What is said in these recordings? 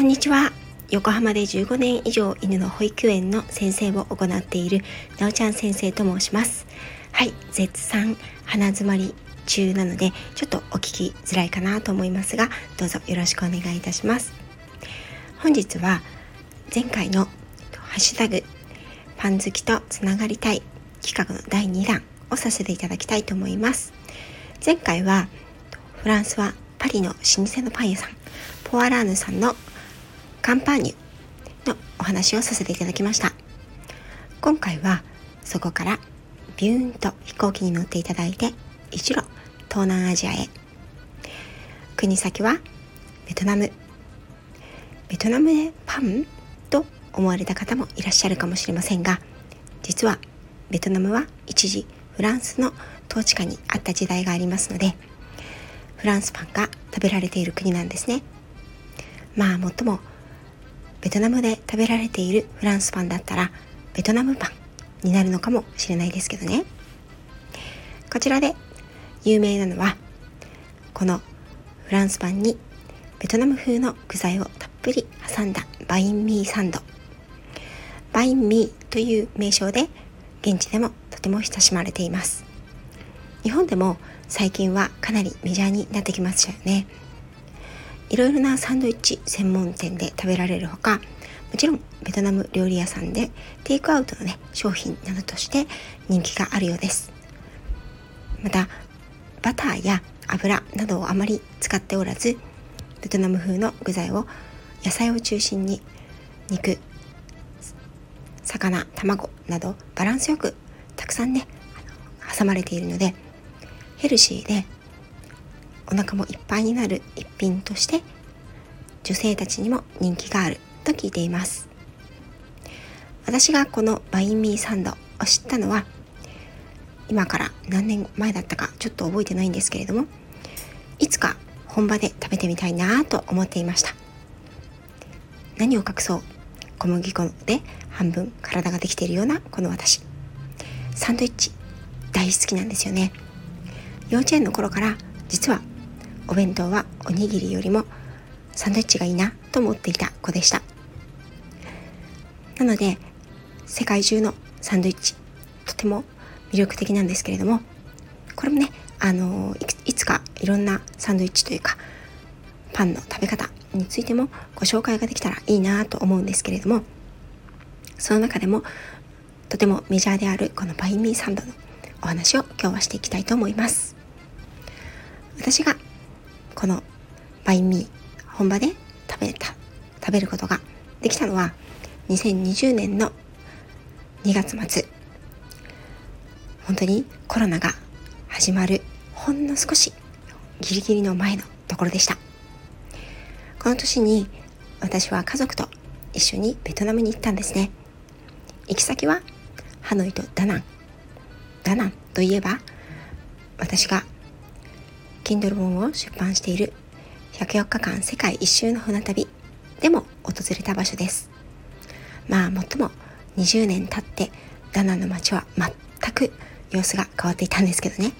んにちは。横浜で15年以上犬の保育園の先生を行っているなおちゃん先生と申します。はい、絶賛鼻詰まり中なのでちょっとお聞きづらいかなと思いますが、どうぞよろしくお願いいたします。本日は前回のハッシュタグパン好きとつながりたい企画の第2弾をさせていただきたいと思います。前回はフランスはパリの老舗のパン屋さんポワラーヌさんのカンパーニュのお話をさせていただきました。今回はそこからビューンと飛行機に乗っていただいて一路東南アジアへ。国先はベトナム。ベトナムでパンと思われた方もいらっしゃるかもしれませんが、実はベトナムは一時フランスの統治下にあった時代がありますので、フランスパンが食べられている国なんですね。もっともベトナムで食べられているフランスパンだったらベトナムパンになるのかもしれないですけどね。こちらで有名なのはこのフランスパンにベトナム風の具材をたっぷり挟んだバインミーサンド。バインミーという名称で現地でもとても親しまれています。日本でも最近はかなりメジャーになってきましたよね。いろいろなサンドイッチ専門店で食べられるほか、もちろんベトナム料理屋さんでテイクアウトの商品などとして人気があるようです。またバターや油などをあまり使っておらず、ベトナム風の具材を野菜を中心に肉、魚、卵などバランスよくたくさん挟まれているので、ヘルシーでお腹もいっぱいになる一品として女性たちにも人気があると聞いています。私がこのバインミーサンドを知ったのは今から何年前だったかちょっと覚えてないんですけれども、いつか本場で食べてみたいなと思っていました。何を隠そう、小麦粉で半分体ができているようなこの私、サンドイッチ大好きなんですよね。幼稚園の頃から実はお弁当はおにぎりよりもサンドイッチがいいなと思っていた子でした。なので世界中のサンドイッチとても魅力的なんですけれども、これもいつかいろんなサンドイッチというかパンの食べ方についてもご紹介ができたらいいなと思うんですけれども、その中でもとてもメジャーであるこのバインミーサンドのお話を今日はしていきたいと思います。私がこのバインミー本場で食べることができたのは2020年の2月末、本当にコロナが始まるほんの少しギリギリの前のところでした。この年に私は家族と一緒にベトナムに行ったんですね。行き先はハノイとダナン。ダナンといえば私が Kindle 本を出版している104日間世界一周の船旅でも訪れた場所です。もっとも20年経ってダナンの街は全く様子が変わっていたんですけどね。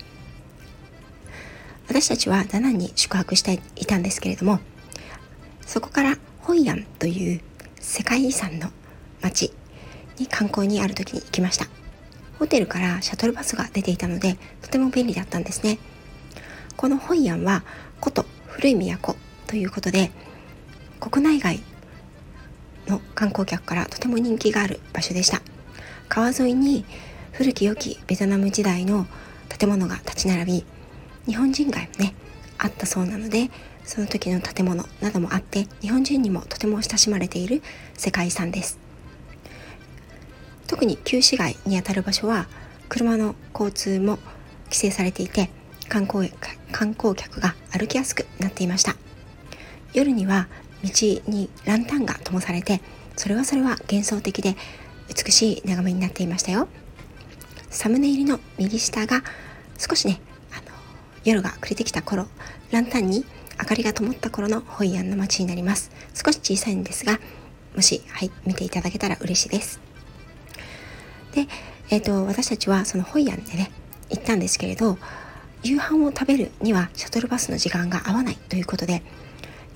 私たちはダナンに宿泊していたんですけれども、そこからホイアンという世界遺産の街に観光にある時に行きました。ホテルからシャトルバスが出ていたのでとても便利だったんですね。このホイアンは古都古い都ということで、国内外の観光客からとても人気がある場所でした。川沿いに古き良きベトナム時代の建物が立ち並び、日本人街もあったそうなので、その時の建物などもあって日本人にもとても親しまれている世界遺産です。特に旧市街にあたる場所は車の交通も規制されていて、観光客が歩きやすくなっていました。夜には道にランタンが灯されて、それは幻想的で美しい眺めになっていましたよ。サムネイルの右下が少し夜が暮れてきた頃、ランタンに明かりが灯った頃のホイアンの街になります。少し小さいんですが、もし見ていただけたら嬉しいです。で、私たちはそのホイアンで行ったんですけれど、夕飯を食べるにはシャトルバスの時間が合わないということで、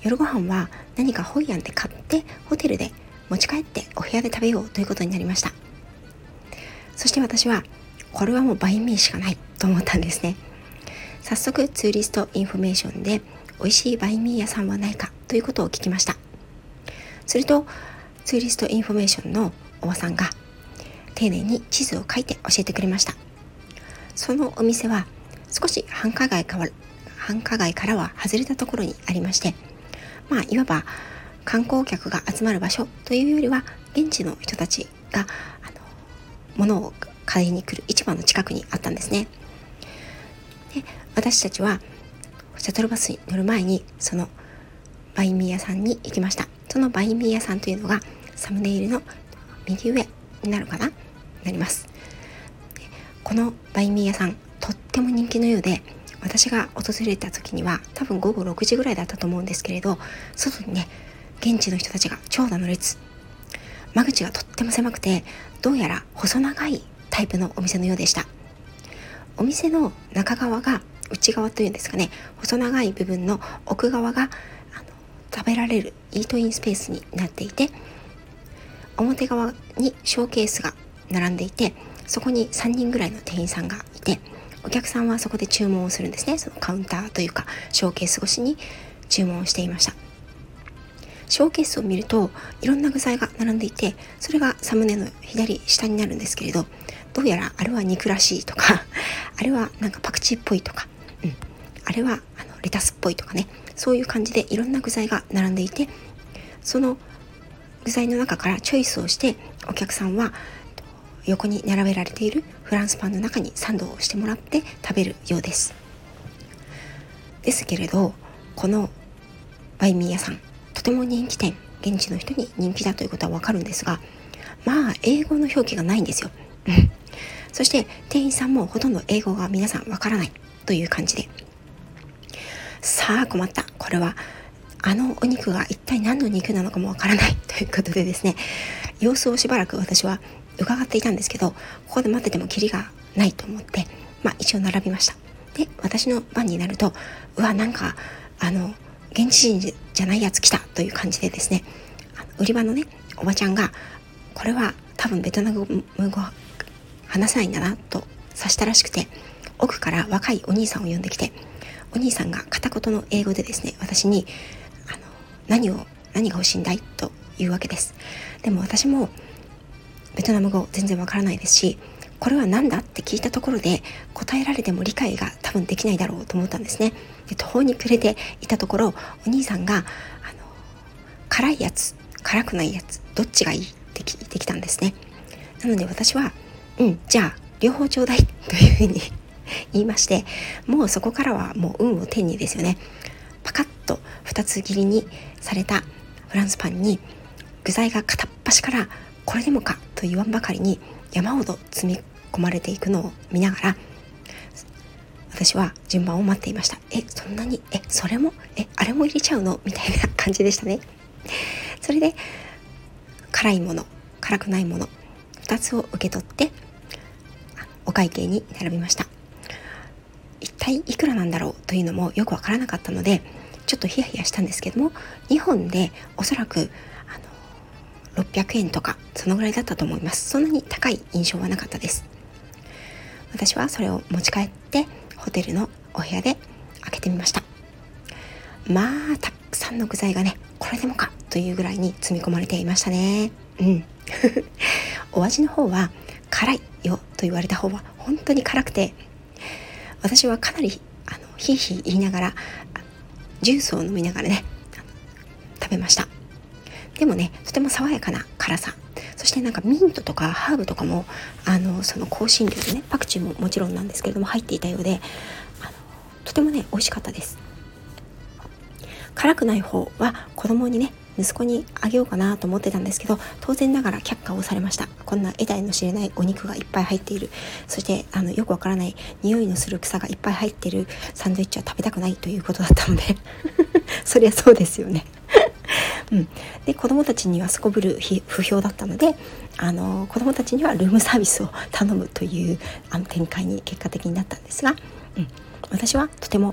夜ご飯は何かホイアンで買ってホテルで持ち帰ってお部屋で食べようということになりました。そして私はこれはもうバインミーしかないと思ったんですね。早速ツーリストインフォメーションで美味しいバインミー屋さんはないかということを聞きました。するとツーリストインフォメーションのおばさんが丁寧に地図を書いて教えてくれました。そのお店は少し繁華街からは外れたところにありまして、いわば観光客が集まる場所というよりは現地の人たちが物を買いに来る市場の近くにあったんですね。で、私たちはシャトルバスに乗る前にそのバインミー屋さんに行きました。そのバインミー屋さんというのがサムネイルの右上になります。で、このバインミー屋さんとっても人気のようで、私が訪れた時には多分午後6時ぐらいだったと思うんですけれど、外にね現地の人たちが長蛇の列、間口がとっても狭くて、どうやら細長いタイプのお店のようでした。お店の中側が内側というんですかね、細長い部分の奥側が食べられるイートインスペースになっていて、表側にショーケースが並んでいて、そこに3人ぐらいの店員さんがいて、お客さんはそこで注文をするんですね。そのカウンターというかショーケース越しに注文をしていました。ショーケースを見るといろんな具材が並んでいて、それがサムネの左下になるんですけれど、どうやらあれは肉らしいとかあれはなんかパクチーっぽいとか、あれはレタスっぽいとかね、そういう感じでいろんな具材が並んでいて、その具材の中からチョイスをしてお客さんは横に並べられているフランスパンの中にサンドをしてもらって食べるようです。ですけれど、このバインミー屋さんとても人気店、現地の人に人気だということはわかるんですが、英語の表記がないんですよそして店員さんもほとんど英語が皆さんわからないという感じで、さあ困った、これはお肉が一体何の肉なのかもわからないということでですね、様子をしばらく私は伺っていたんですけど、ここで待っててもキリがないと思って、一応並びました。で、私の番になると、なんか現地人じゃないやつ来たという感じでですね、売り場のねおばちゃんが、これは多分ベトナム語話せないんだなと察したらしくて、奥から若いお兄さんを呼んできて、お兄さんが片言の英語でですね、私に何が欲しいんだいというわけです。でも私もベトナム語全然わからないですし、これは何だって聞いたところで答えられても理解が多分できないだろうと思ったんですね。で、途方に暮れていたところ、お兄さんが辛いやつ辛くないやつどっちがいいって聞いてきたんですね。なので私はじゃあ両方ちょうだいというふうに言いまして、もうそこからはもう運を天にですよね。パカッと2つ切りにされたフランスパンに具材が片っ端からこれでもかと言わんばかりに山ほど積み込まれていくのを見ながら、私は順番を待っていました。そんなにそれもあれも入れちゃうのみたいな感じでしたね。それで辛いもの辛くないもの2つを受け取ってお会計に並びました。一体いくらなんだろうというのもよくわからなかったので、ちょっとヒヤヒヤしたんですけども、日本でおそらく600円とかそのぐらいだったと思います。そんなに高い印象はなかったです。私はそれを持ち帰ってホテルのお部屋で開けてみました。たくさんの具材がね、これでもかというぐらいに積み込まれていましたね。お味の方は辛いよと言われた方は本当に辛くて、私はかなりヒーヒー言いながらジュースを飲みながらね食べました。でもね、とても爽やかな辛さ、そしてなんかミントとかハーブとかもその香辛料でね、パクチーももちろんなんですけれども入っていたようで、とてもね美味しかったです。辛くない方は子供にね、息子にあげようかなと思ってたんですけど、当然ながら却下をされました。こんな得体の知れないお肉がいっぱい入っている、そしてよくわからない匂いのする草がいっぱい入っているサンドイッチは食べたくないということだったのでそりゃそうですよねで、子供たちにはすこぶる不評だったので、子供たちにはルームサービスを頼むという展開に結果的になったんですが、私はとても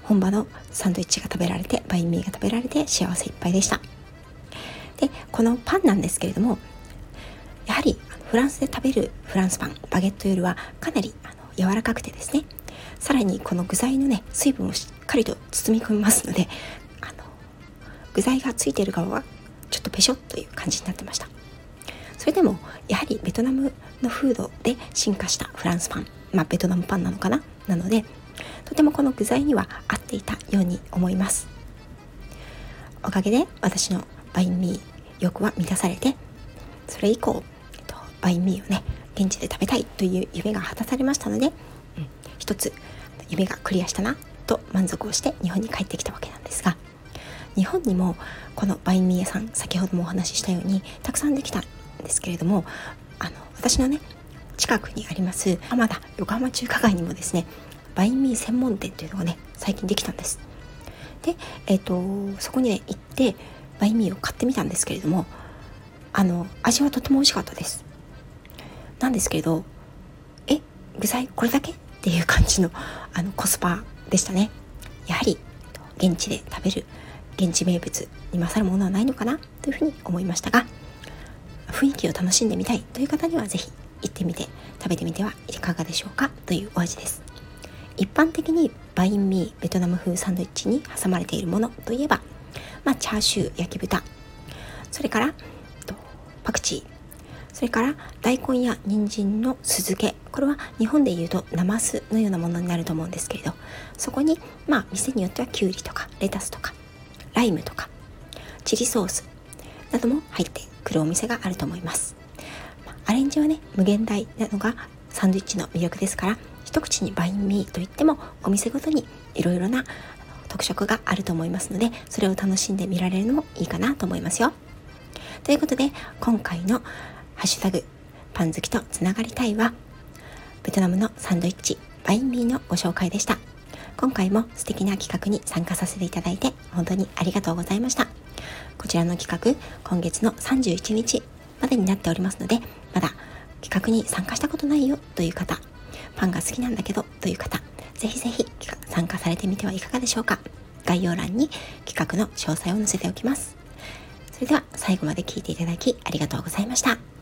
本場のサンドイッチが食べられて、バインミーが食べられて幸せいっぱいでした。でこのパンなんですけれども、やはりフランスで食べるフランスパン、バゲットよりはかなり柔らかくてですね、さらにこの具材のね水分をしっかりと包み込みますので、具材がついている側はちょっとペショッという感じになってました。それでもやはりベトナムの風土で進化したフランスパン、ベトナムパンなのかな、なのでとてもこの具材には合っていたように思います。おかげで私のバインミー欲は満たされて、それ以降、バインミーをね現地で食べたいという夢が果たされましたので、一つ夢がクリアしたなと満足をして日本に帰ってきたわけなんですが、日本にもこのバインミー屋さん、先ほどもお話ししたようにたくさんできたんですけれども、私のね近くにあります横浜中華街にもですね、バインミー専門店というのがね最近できたんです。で、そこにね行ってバインミーを買ってみたんですけれども、味はとても美味しかったです。なんですけれど、具材これだけっていう感じのコスパでしたね。やはり現地で食べる現地名物に勝るものはないのかなというふうに思いましたが、雰囲気を楽しんでみたいという方にはぜひ行ってみて食べてみてはいかがでしょうかというお味です。一般的にバインミー、ベトナム風サンドイッチに挟まれているものといえば、チャーシュー、焼き豚、それからパクチー、それから大根や人参の酢漬け、これは日本でいうとナマスのようなものになると思うんですけれど、そこに店によってはキュウリとかレタスとかライムとかチリソースなども入ってくるお店があると思います。アレンジはね無限大なのがサンドイッチの魅力ですから、一口にバインミーといってもお店ごとにいろいろな特色があると思いますので、それを楽しんでみられるのもいいかなと思いますよ。ということで今回のハッシュタグパン好きとつながりたいはベトナムのサンドイッチバインミーのご紹介でした。今回も素敵な企画に参加させていただいて本当にありがとうございました。こちらの企画今月の31日までになっておりますので、まだ企画に参加したことないよという方、パンが好きなんだけどという方、ぜひぜひ参加されてみてはいかがでしょうか。概要欄に企画の詳細を載せておきます。それでは最後まで聞いていただきありがとうございました。